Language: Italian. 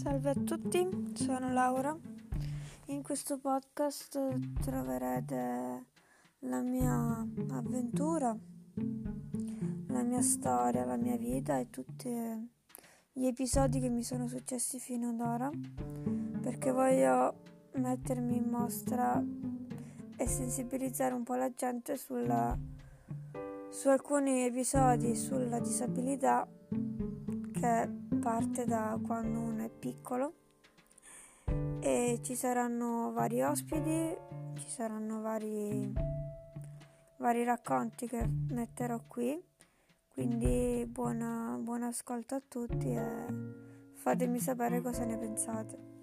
Salve a tutti, sono Laura. In questo podcast troverete la mia avventura, la mia storia, la mia vita e tutti gli episodi che mi sono successi fino ad ora, perché voglio mettermi in mostra e sensibilizzare un po' la gente su alcuni episodi sulla disabilità che parte da quando uno è piccolo, e ci saranno vari ospiti, ci saranno vari racconti che metterò qui, quindi buon ascolto a tutti e fatemi sapere cosa ne pensate.